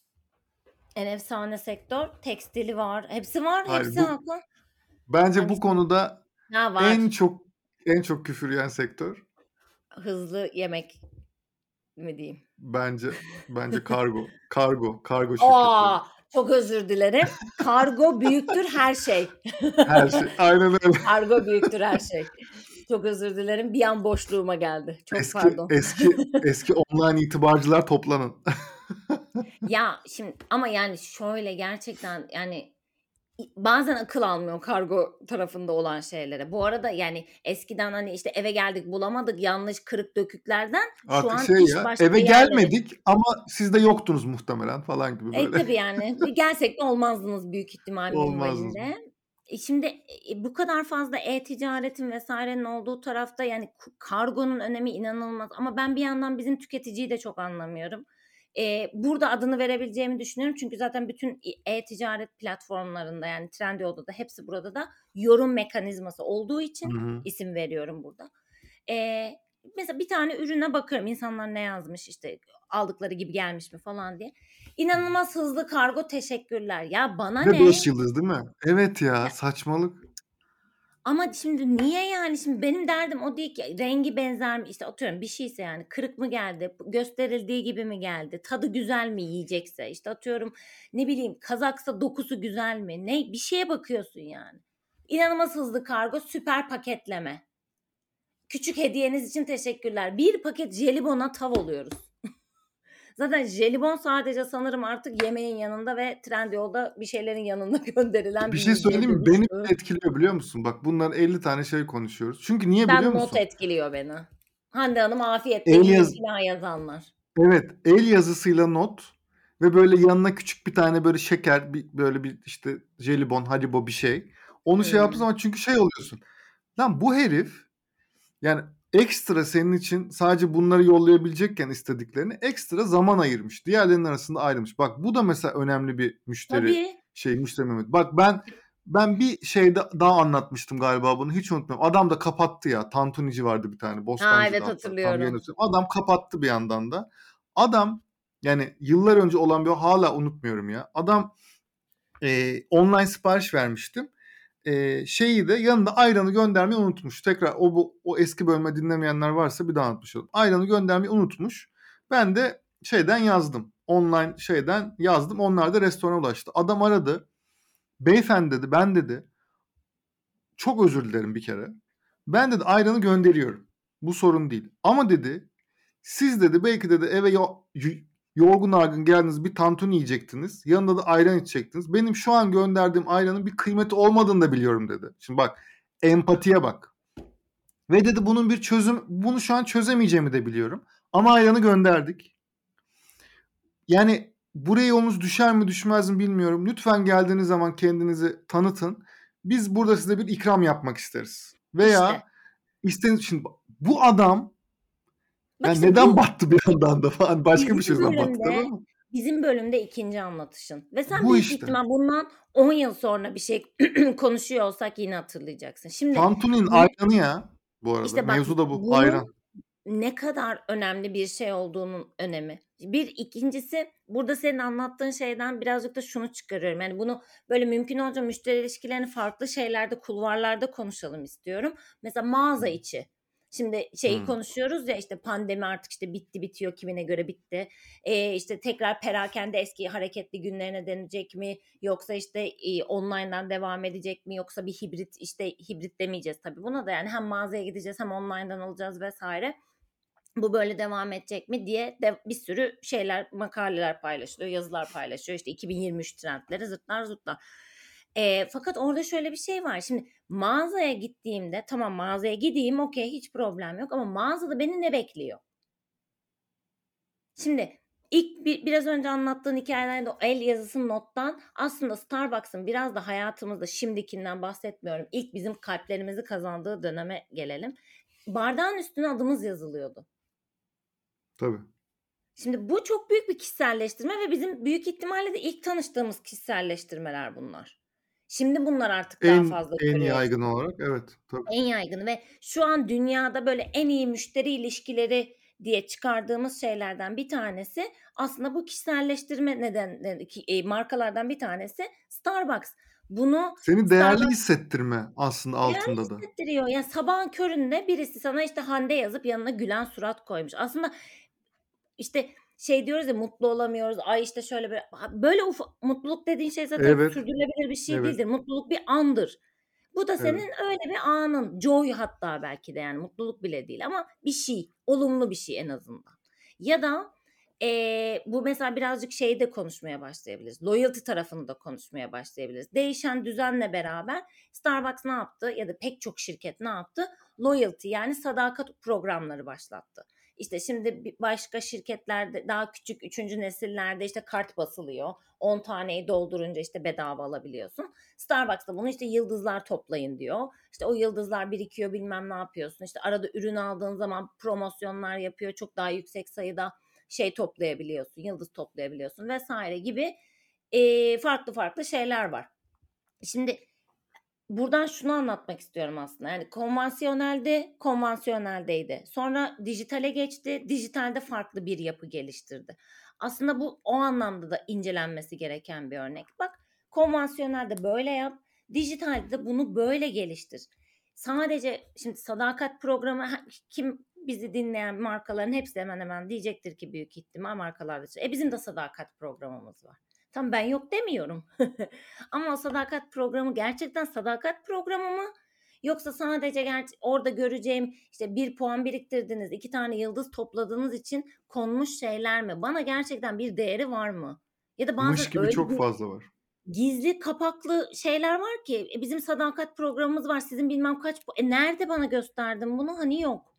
en efsane sektör tekstili var. Hepsi var. Hayır Hepsi bu haklı. bence bu Hangisi? konuda Ha, var. en çok en çok küfür yiyen sektör Hızlı yemek mi diyeyim? bence bence kargo. Kargo, kargo şirketleri. Aa, çok özür dilerim. Kargo büyüktür her şey. Her şey. Aynen öyle. Kargo büyüktür her şey. Çok özür dilerim. Bir an boşluğuma geldi. Çok Eski pardon. eski eski online itibarcılar toplanın. Ya şimdi ama yani şöyle gerçekten yani İ bazen akıl almıyor kargo tarafında olan şeylere. Bu arada, yani, eskiden, hani, işte, eve geldik bulamadık, yanlış kırık döküklerden şu Artık an şey iş ya, başka eve yerlere gelmedik ama siz de yoktunuz muhtemelen falan gibi E, böyle. tabii, yani. Bir gelsek de olmazdınız büyük ihtimal Olmazdınız. minvalinde. E, şimdi, eee, bu kadar fazla e-ticaretin vs.'nin olduğu tarafta, yani, ku kargonun önemi inanılmaz ama ben bir yandan bizim tüketiciyi de çok anlamıyorum. Eee, burada adını verebileceğimi düşünüyorum çünkü zaten bütün i e-ticaret platformlarında, yani, Trendyol'da da hepsi burada da yorum mekanizması olduğu Hı için hı. isim veriyorum burada. Eee, mesela bir tane ürüne bakarım, insanlar ne yazmış, işte, aldıkları gibi gelmiş mi falan diye. İnanılmaz hızlı kargo, teşekkürler. Ya, bana Ve ne? beş yıldız değil mi? Evet ya, Ya saçmalık. ama şimdi niye yani? Şimdi benim derdim o değil ki. Rengi benzer mi? İşte, atıyorum bir şeyse yani kırık mı geldi, gösterildiği gibi mi geldi, tadı güzel mi yiyecekse, işte, atıyorum, ne bileyim, kazaksa dokusu güzel mi? Ne? Bir şeye bakıyorsun yani. İnanılmaz hızlı kargo, süper paketleme. Küçük hediyeniz için teşekkürler. Bir paket jelibona tav oluyoruz. Zaten jelibon sadece sanırım artık yemeğin yanında ve Trendyol'da bir şeylerin yanında gönderilen Bir bir şey yiyeceğe söyleyeyim mi? Beni bile dönüştü. etkiliyor biliyor musun? Bak bundan elli tane şey konuşuyoruz. Çünkü niye biliyor Ben not musun? etkiliyor beni. Hande Hanım afiyetle El yiyin yaz filan yazanlar. Evet, el yazısıyla not ve böyle yanına küçük bir tane böyle şeker, bir böyle bir, işte, jelibon, Haribo bir şey. Onu şey yaptığın Hımm. zaman çünkü şey oluyorsun, lan bu herif, yani, ekstra senin için sadece bunları yollayabilecekken istediklerini ekstra zaman ayırmış. Diğerlerinin arasında ayrılmış. Bak bu da mesela önemli bir müşteri Tabii. şeyi, müşteri memnuniyeti. Bak ben ben bir şeyde daha anlatmıştım galiba bunu, hiç unutmuyorum. Adam da kapattı ya. Tantunici vardı bir tane, A, Bostancı'da evet hatta. Tam yerini hatırlıyorum. hatırlamıyorum. Adam kapattı bir yandan da. Adam, yani yıllar önce olan bir hâlâ unutmuyorum ya. Adam, eee, online sipariş vermiştim. Eee, şeyi de yanında ayranı göndermeyi unutmuş. Tekrar o bu o eski bölümü dinlemeyenler varsa bir daha anlatmış olayım. Ayranı göndermeyi unutmuş. Ben de şeyden yazdım. Online şeyden yazdım. Onlar da restorana ulaştı. Adam aradı. "Beyefendi" dedi, "ben" dedi "çok özür dilerim bir kere. Ben" dedi, "ayranı gönderiyorum. Bu sorun değil. Ama" dedi, "siz" dedi, "belki" dedi, "eve yo yu yorgun argın geldiniz, bir tantuni yiyecektiniz. Yanında da ayran içecektiniz. Benim şu an gönderdiğim ayranın bir kıymeti olmadığını da biliyorum." dedi. Şimdi bak, empatiye bak. "Ve" dedi, "bunun bir çözüm bunu şu an çözemeyeceğimi de biliyorum. Ama ayranı gönderdik." Yani buraya yolunuz düşer mi düşmez mi bilmiyorum. Lütfen geldiğiniz zaman kendinizi tanıtın. Biz burada size bir ikram yapmak isteriz. İşte. Veya istediğiniz şimdi bu adam Bak yani işte neden bu battı bir yandan da falan başka bir şey bizim yüzünden battı tabii bölümde ama. bizim bölümde ikinci anlatışın ve sen Bu büyük işte. ihtimal bundan on yıl sonra bir şey konuşuyor olsak yine hatırlayacaksın. Şimdi Tantuni'nin bu ayranı ya bu arada. işte bak Mevzu da bu. bunun Ayran. ne kadar önemli bir şey olduğunun önemi. Bir, ikincisi burada senin anlattığın şeyden birazcık da şunu çıkarıyorum. Yani bunu böyle mümkün olunca müşteri ilişkilerini farklı şeylerde, kulvarlarda konuşalım istiyorum. Mesela mağaza içi. Şimdi şeyi Hımm. konuşuyoruz ya işte pandemi artık işte bitti bitiyor kimine göre bitti. Eee, işte tekrar perakende eski hareketli günlerine dönecek mi? Yoksa işte eee, online'dan devam edecek mi? Yoksa bir hibrit işte hibrit demeyeceğiz tabii buna da yani hem mağazaya gideceğiz hem online'dan alacağız vesaire. Bu böyle devam edecek mi diye de bir sürü şeyler, makaleler paylaşılıyor, yazılar paylaşıyor. İşte iki bin yirmi üç trendleri zırtlar zurtlar. Eee, fakat orada şöyle bir şey var. Şimdi mağazaya gittiğimde tamam mağazaya gideyim okay hiç problem yok ama mağazada beni ne bekliyor? Şimdi ilk bi biraz önce anlattığın hikâyelerde o el yazısı nottan aslında Starbucks'ın biraz da hayatımızda şimdikinden bahsetmiyorum. İlk bizim kalplerimizi kazandığı döneme gelelim. Bardağın üstüne adımız yazılıyordu. Tabii. Şimdi bu çok büyük bir kişiselleştirme ve bizim büyük ihtimalle de ilk tanıştığımız kişiselleştirmeler bunlar. Şimdi bunlar artık daha En fazla en görüyoruz. yaygın olarak evet, tabii. En yaygını ve şu an dünyada böyle en iyi müşteri ilişkileri diye çıkardığımız şeylerden bir tanesi aslında bu kişiselleştirme nedenleri ki eee, markalardan bir tanesi Starbucks. Bunu Seni değerli Starbucks hissettirme aslında değerli altında da. hissettiriyor. Ya, sabahın köründe birisi sana, işte, Hande yazıp yanına gülen surat koymuş. Aslında, işte, şey diyoruz ya, mutlu olamıyoruz, ay, işte, şöyle böyle. Ha böyle ufa mutluluk dediğin şey zaten Evet, sürdürülebilir bir şey evet, değildir. Mutluluk bir andır. Bu da evet. senin öyle bir anın. Joy hatta belki de yani mutluluk bile değil ama bir şey, olumlu bir şey en azından. Ya da, Eee, bu mesela birazcık şeyi de konuşmaya başlayabiliriz. Loyalty tarafını da konuşmaya başlayabiliriz. Değişen düzenle beraber Starbucks ne yaptı ya da pek çok şirket ne yaptı? Loyalty yani sadakat programları başlattı. İşte şimdi bir başka şirketlerde daha küçük üçüncü nesillerde işte kart basılıyor. on taneyi doldurunca işte bedava alabiliyorsun. Starbucks da bunu işte yıldızlar toplayın diyor. İşte o yıldızlar birikiyor bilmem ne yapıyorsun. İşte arada ürün aldığın zaman promosyonlar yapıyor. Çok daha yüksek sayıda şey toplayabiliyorsun, yıldız toplayabiliyorsun vesaire gibi eee, farklı farklı şeyler var. Şimdi buradan şunu anlatmak istiyorum aslında. Yani konvansiyonelde konvansiyoneldeydi. Sonra dijitale geçti. Dijitalde farklı bir yapı geliştirdi. Aslında bu o anlamda da incelenmesi gereken bir örnek. Bak konvansiyonelde böyle yap. Dijitalde de bunu böyle geliştir. Sadece şimdi sadakat programı kim bizi dinleyen markaların hepsi hemen hemen diyecektir ki büyük ihtimal markalarda. E bizim de sadakat programımız var. Tam ben yok demiyorum. Ama o sadakat programı gerçekten sadakat programı mı? Yoksa sadece ger- orada göreceğim işte bir puan biriktirdiniz, iki tane yıldız topladığınız için konmuş şeyler mi? Bana gerçekten bir değeri var mı? Ya da Mış bazen gibi öyle çok bir fazla var. gizli kapaklı şeyler var ki e, bizim sadakat programımız var, sizin bilmem kaç pu- e, nerede bana gösterdin bunu? Hani yok.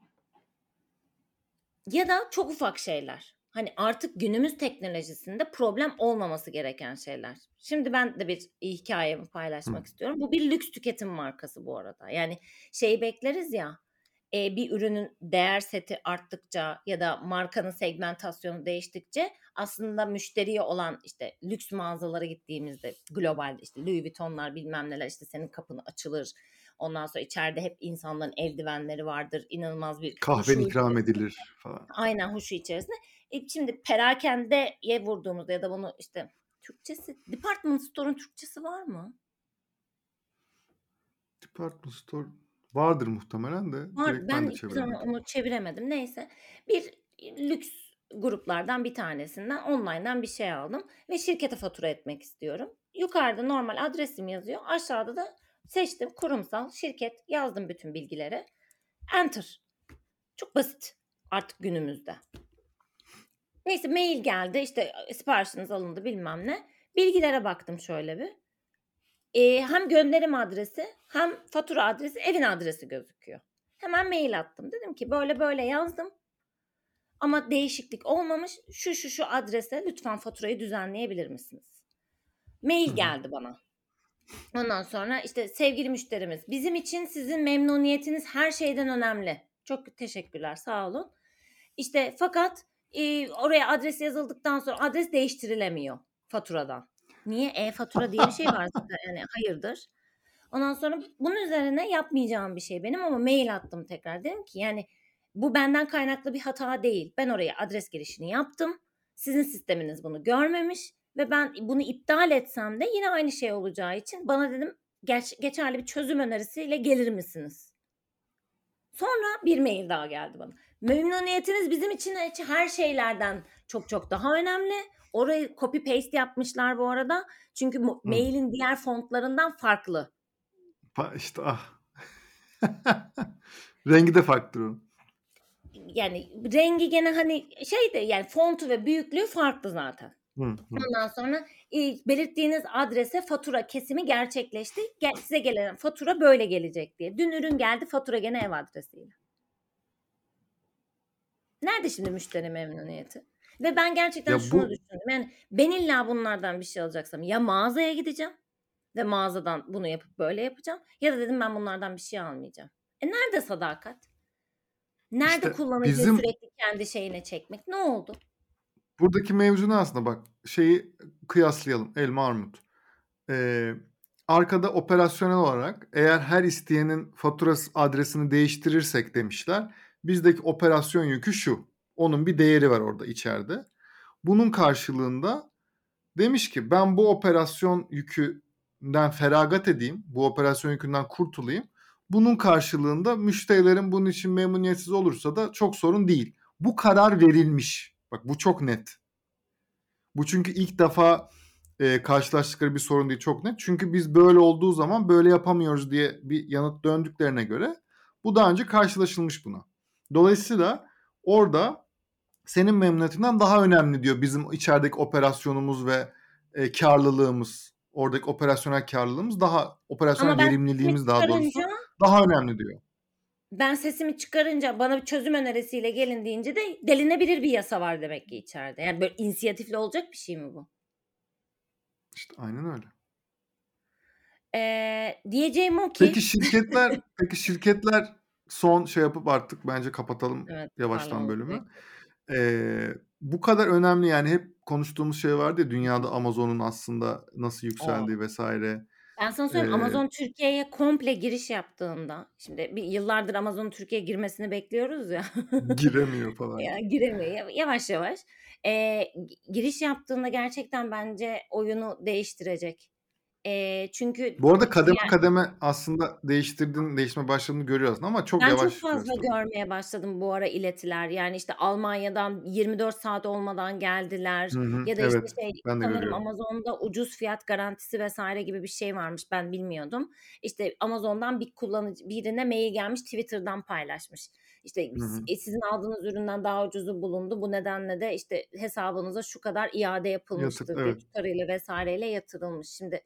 Ya da çok ufak şeyler. Hani artık günümüz teknolojisinde problem olmaması gereken şeyler. Şimdi ben de bir hikayemi Hı. paylaşmak istiyorum. Bu bir lüks tüketim markası bu arada. Yani şeyi bekleriz ya, e, bir ürünün değer seti arttıkça ya da markanın segmentasyonu değiştikçe aslında müşteriye olan işte lüks mağazalara gittiğimizde globalde işte Louis Vuitton'lar bilmem neler işte senin kapını açılır. Ondan sonra içeride hep insanların eldivenleri vardır. İnanılmaz bir Kahven huşu ikram içerisinde. edilir falan. Aynen huşu içerisinde. E şimdi perakendeye vurduğumuzda ya da bunu işte Türkçesi, department store'un Türkçesi var mı? Department store vardır muhtemelen de Var. direkt ben Ben de hiçbir zaman çeviremedim. onu çeviremedim. Neyse. Bir lüks gruplardan bir tanesinden online'dan bir şey aldım ve şirkete fatura etmek istiyorum. Yukarıda normal adresim yazıyor. Aşağıda da seçtim kurumsal şirket yazdım bütün bilgileri. Enter. Çok basit artık günümüzde. Neyse mail geldi işte siparişiniz alındı bilmem ne. Bilgilere baktım şöyle bir. Ee, hem gönderim adresi hem fatura adresi evin adresi gözüküyor. Hemen mail attım. Dedim ki böyle böyle yazdım. Ama değişiklik olmamış. Şu şu şu adrese lütfen faturayı düzenleyebilir misiniz? Hı Mail hı. geldi bana. Ondan sonra işte sevgili müşterimiz bizim için sizin memnuniyetiniz her şeyden önemli. Çok teşekkürler sağ olun. İşte fakat e, oraya adres yazıldıktan sonra adres değiştirilemiyor faturadan. Niye? E-fatura diye bir şey var zaten yani hayırdır? Ondan sonra bunun üzerine yapmayacağım bir şey benim ama mail attım tekrar. Dedim ki yani bu benden kaynaklı bir hata değil. Ben oraya adres girişini yaptım. Sizin sisteminiz bunu görmemiş ve ben bunu iptal etsem de yine aynı şey olacağı için bana dedim geç, geçerli bir çözüm önerisiyle gelir misiniz? Sonra bir mail daha geldi bana. Memnuniyetiniz bizim için her şeylerden çok çok daha önemli. Orayı copy paste yapmışlar bu arada. Çünkü Hı. mailin diğer fontlarından farklı. Pa- işte ah. Rengi de farklıdır o. Yani rengi gene hani şeydi yani fontu ve büyüklüğü farklı zaten. Hı hı. Ondan sonra e, belirttiğiniz adrese fatura kesimi gerçekleşti. Gel, size gelen fatura böyle gelecek diye. Dün ürün geldi fatura gene ev adresiyle. Nerede şimdi müşteri memnuniyeti? Ve ben gerçekten Ya şunu bu düşündüm. Yani ben illa bunlardan bir şey alacaksam ya mağazaya gideceğim ve mağazadan bunu yapıp böyle yapacağım ya da dedim ben bunlardan bir şey almayacağım. E nerede sadakat? Nerede işte kullanıcıyı bizim sürekli kendi şeyine çekmek? Ne oldu? buradaki mevzu ne aslında bak şeyi kıyaslayalım elma armut. Ee, arkada operasyonel olarak eğer her isteyenin faturası adresini değiştirirsek demişler. Bizdeki operasyon yükü şu. Onun bir değeri var orada içeride. Bunun karşılığında demiş ki ben bu operasyon yükünden feragat edeyim. Bu operasyon yükünden kurtulayım. Bunun karşılığında müşterilerin bunun için memnuniyetsiz olursa da çok sorun değil. Bu karar verilmiş. Bak bu çok net. Bu çünkü ilk defa e, karşılaştıkları bir sorun değil, çok net. Çünkü biz böyle olduğu zaman böyle yapamıyoruz diye bir yanıt döndüklerine göre bu daha önce karşılaşılmış buna. Dolayısıyla orada senin memnuniyetinden daha önemli diyor bizim içerideki operasyonumuz ve, eee, kârlılığımız. Oradaki operasyonel kârlılığımız daha Ama operasyonel ben sesimi verimliliğimiz daha çıkarınca doğrusu daha önemli diyor. ben sesimi çıkarınca, bana bir çözüm önerisiyle gelin deyince de delinebilir bir yasa var demek ki içeride. Yani, böyle, inisiyatifli olacak bir şey mi bu? İşte, aynen öyle. Eee, diyeceğim o Peki ki şirketler peki şirketler son şey yapıp artık bence kapatalım Evet, yavaştan toparlamamız bölümü. gerekiyor. Eee, bu kadar önemli, yani, hep konuştuğumuz şey vardı ya, dünyada Amazon'un aslında nasıl O! yükseldiği vs. Ben sana söyleyeyim, Eee Amazon Türkiye'ye komple giriş yaptığında, şimdi bir yıllardır Amazon'un Türkiye'ye girmesini bekliyoruz ya. Giremiyor falan Ya, gibi. giremiyor. Ya yavaş yavaş. Eee, gi giriş yaptığında gerçekten bence oyunu değiştirecek. Eee, çünkü Bu arada kademe diğer kademe aslında değiştirdiğini, değişmeye başladığını görüyoruz ama çok Ben çok yavaş fazla biraz tabii. görmeye başladım bu ara iletiler. Yani, işte, Almanya'dan yirmi dört saat olmadan geldiler Hı hı. ya da, işte, Evet, şey, ben de sanırım görüyorum. Amazon'da ucuz fiyat garantisi vs. gibi bir şey varmış, ben bilmiyordum. İşte, Amazon'dan bir kullanıcı birine mail gelmiş, Twitter'dan paylaşmış. İşte, Hı s hı. eee, sizin aldığınız üründen daha ucuzu bulundu. Bu nedenle de, işte, hesabınıza şu kadar iade Yatır yapılmıştır diye evet. tutarıyla vs. ile yatırılmış. Şimdi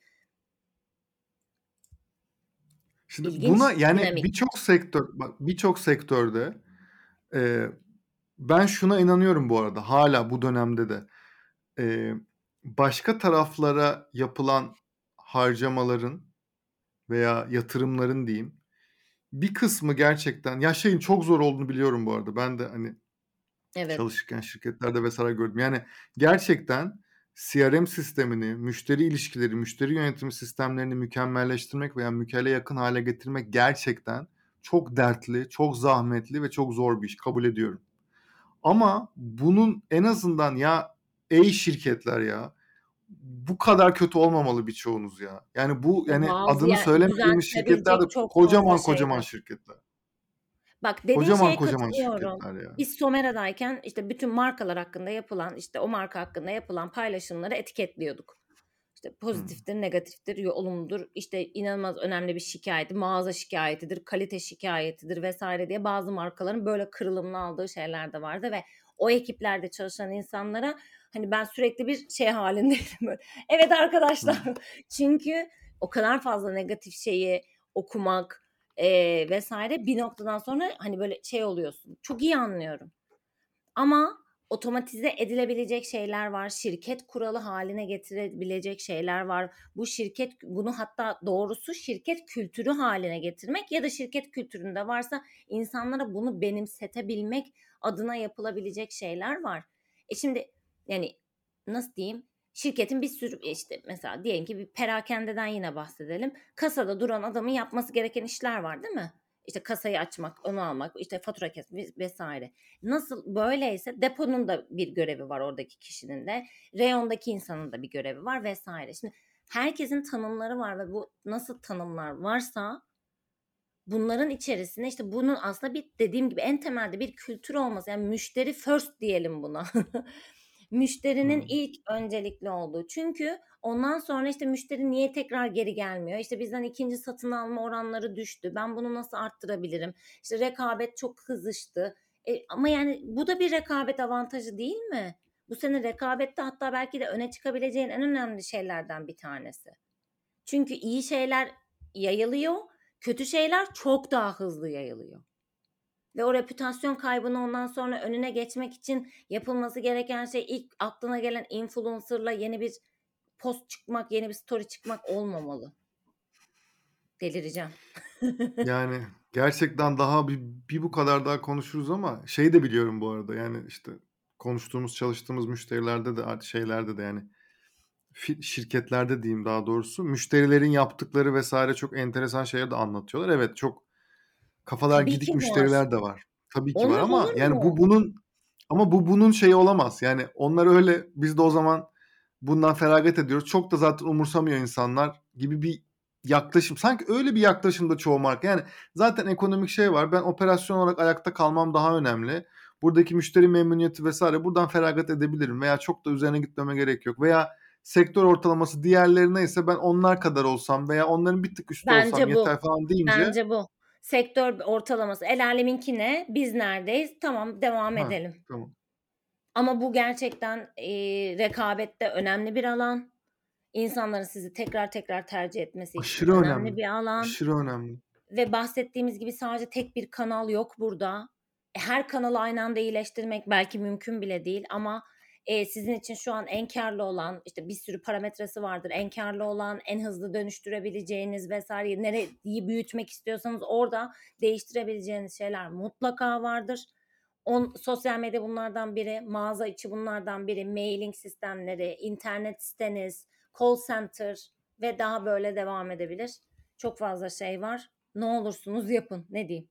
Şimdi buna, İlginç, yani, birçok dinamik. sektör bak birçok sektörde, eee, ben şuna inanıyorum bu arada hâlâ bu dönemde de. Eee, başka taraflara yapılan harcamaların veya yatırımların diyeyim, bir kısmı gerçekten ya, şeyin çok zor olduğunu biliyorum bu arada. Ben de, hani, Evet. çalışırken şirketlerde vs. gördüm. Yani, gerçekten C R M sistemini, müşteri ilişkileri, müşteri yönetimi sistemlerini mükemmelleştirmek veya mükemmele yakın hâle getirmek gerçekten çok dertli, çok zahmetli ve çok zor bir iş, kabul ediyorum. Ama bunun en azından ya, ey şirketler ya, bu kadar kötü olmamalı birçoğunuz ya. Yani, bu, yani, Bazı adını yer söylemediğimiz şirketler de düzeltilebilecek çok fazla kocaman şey kocaman var. şirketler. Bak, dediğin Kocaman şeye kocaman katılıyorum. şirketler ya. Biz Somera'dayken, işte, bütün markalar hakkında yapılan, işte, o marka hakkında yapılan paylaşımları etiketliyorduk. İşte, Hımm. pozitiftir, negatiftir, yo olumludur, işte, inanılmaz önemli bir şikâyet, mağaza şikâyetidir, kalite şikâyetidir vs. diye bazı markaların böyle kırılımlı aldığı şeyler de vardı ve o ekiplerde çalışan insanlara, hani, ben sürekli bir şey hâlindeydim böyle. Evet arkadaşlar, Hımm. çünkü o kadar fazla negatif şeyi okumak, eee, vs. bir noktadan sonra, hani, böyle şey oluyorsun. Çok iyi anlıyorum. Ama otomatize edilebilecek şeyler var. Şirket kuralı hâline getirebilecek şeyler var. Bu şirket bunu hatta doğrusu şirket kültürü hâline getirmek ya da şirket kültüründe varsa insanlara bunu benimsetebilmek adına yapılabilecek şeyler var. E, şimdi, yani, nasıl diyeyim, şirketin bir sürü, işte, mesela diyelim ki bir perakendeden yine bahsedelim. Kasada duran adamın yapması gereken işler var, değil mi? İşte, kasayı açmak, onu almak, işte, fatura kesmek vs. Nasıl böyleyse deponun da bir görevi var oradaki kişinin de, reyondaki insanın da bir görevi var vs. Şimdi herkesin tanımları var ve bu nasıl tanımlar varsa bunların içerisine, işte, bunun aslında bir dediğim gibi en temelde bir kültür olması, yani, müşteri first diyelim buna. Müşterinin Hımm. ilk öncelikli olduğu. Çünkü ondan sonra, işte, müşteri niye tekrar geri gelmiyor? İşte, bizden ikinci satın alma oranları düştü. Ben bunu nasıl arttırabilirim? İşte, rekabet çok kızıştı. E, ama, yani, bu da bir rekabet avantajı değil mi? Bu senin rekabette hatta belki de öne çıkabileceğin en önemli şeylerden bir tanesi. Çünkü iyi şeyler yayılıyor, kötü şeyler çok daha hızlı yayılıyor. Ve o reputasyon kaybını ondan sonra önüne geçmek için yapılması gereken şey ilk aklına gelen influencer'la yeni bir post çıkmak, yeni bir story çıkmak olmamalı. Delireceğim. Yani, gerçekten daha bir bir bu kadar daha konuşuruz ama şeyi de biliyorum bu arada, yani, işte, konuştuğumuz, çalıştığımız müşterilerde de artı şeylerde de, yani, fi şirketlerde diyeyim daha doğrusu, müşterilerin yaptıkları vs. çok enteresan şeyleri de anlatıyorlar. Evet, çok kafalar Tabii ki gidik var. müşteriler de var. Tabii ki var Olmaz ama, olur yani, bu mu? bunun ama bu bunun şeyi olamaz. Yani, onlar öyle, biz de o zaman bundan feragat ediyoruz. Çok da zaten umursamıyor insanlar gibi bir yaklaşım. Sanki öyle bir yaklaşımda çoğu marka. Yani, zaten ekonomik şey var. Ben operasyon olarak ayakta kalmam daha önemli. Buradaki müşteri memnuniyeti vs. buradan feragat edebilirim veya çok da üzerine gitmeme gerek yok veya sektör ortalaması diğerleri neyse ben onlar kadar olsam veya onların bir tık üstü olsam Bence bu. yeter falan deyince Bence bu. Sektör ortalaması el âleminki ne? Biz neredeyiz? Tamam, devam Hah, edelim. tamam. Ama bu gerçekten, eee, rekabette önemli bir alan. İnsanların sizi tekrar tekrar tercih etmesi için Aşırı önemli önemli. bir alan Aşırı önemli. ve bahsettiğimiz gibi sadece tek bir kanal yok burada. E, her kanalı aynı anda iyileştirmek belki mümkün bile değil ama, eee, sizin için şu an en kârlı olan, işte, bir sürü parametresi vardır. En kârlı olan, en hızlı dönüştürebileceğiniz vesaire nereyi büyütmek istiyorsanız orada değiştirebileceğiniz şeyler mutlaka vardır. On sosyal medya bunlardan biri, mağaza içi bunlardan biri, mailing sistemleri, internet siteniz, call center ve daha böyle devam edebilir. Çok fazla şey var. Ne olursunuz yapın, ne diyeyim?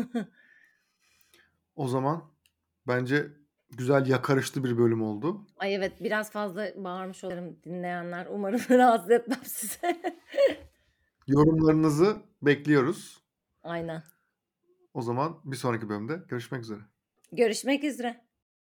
O zaman bence güzel yakarışlı bir bölüm oldu. Ay, evet, biraz fazla bağırmış olabilirim dinleyenler. Umarım rahatsız etmem sizi. Yorumlarınızı bekliyoruz. Aynen. O zaman bir sonraki bölümde görüşmek üzere. Görüşmek üzere.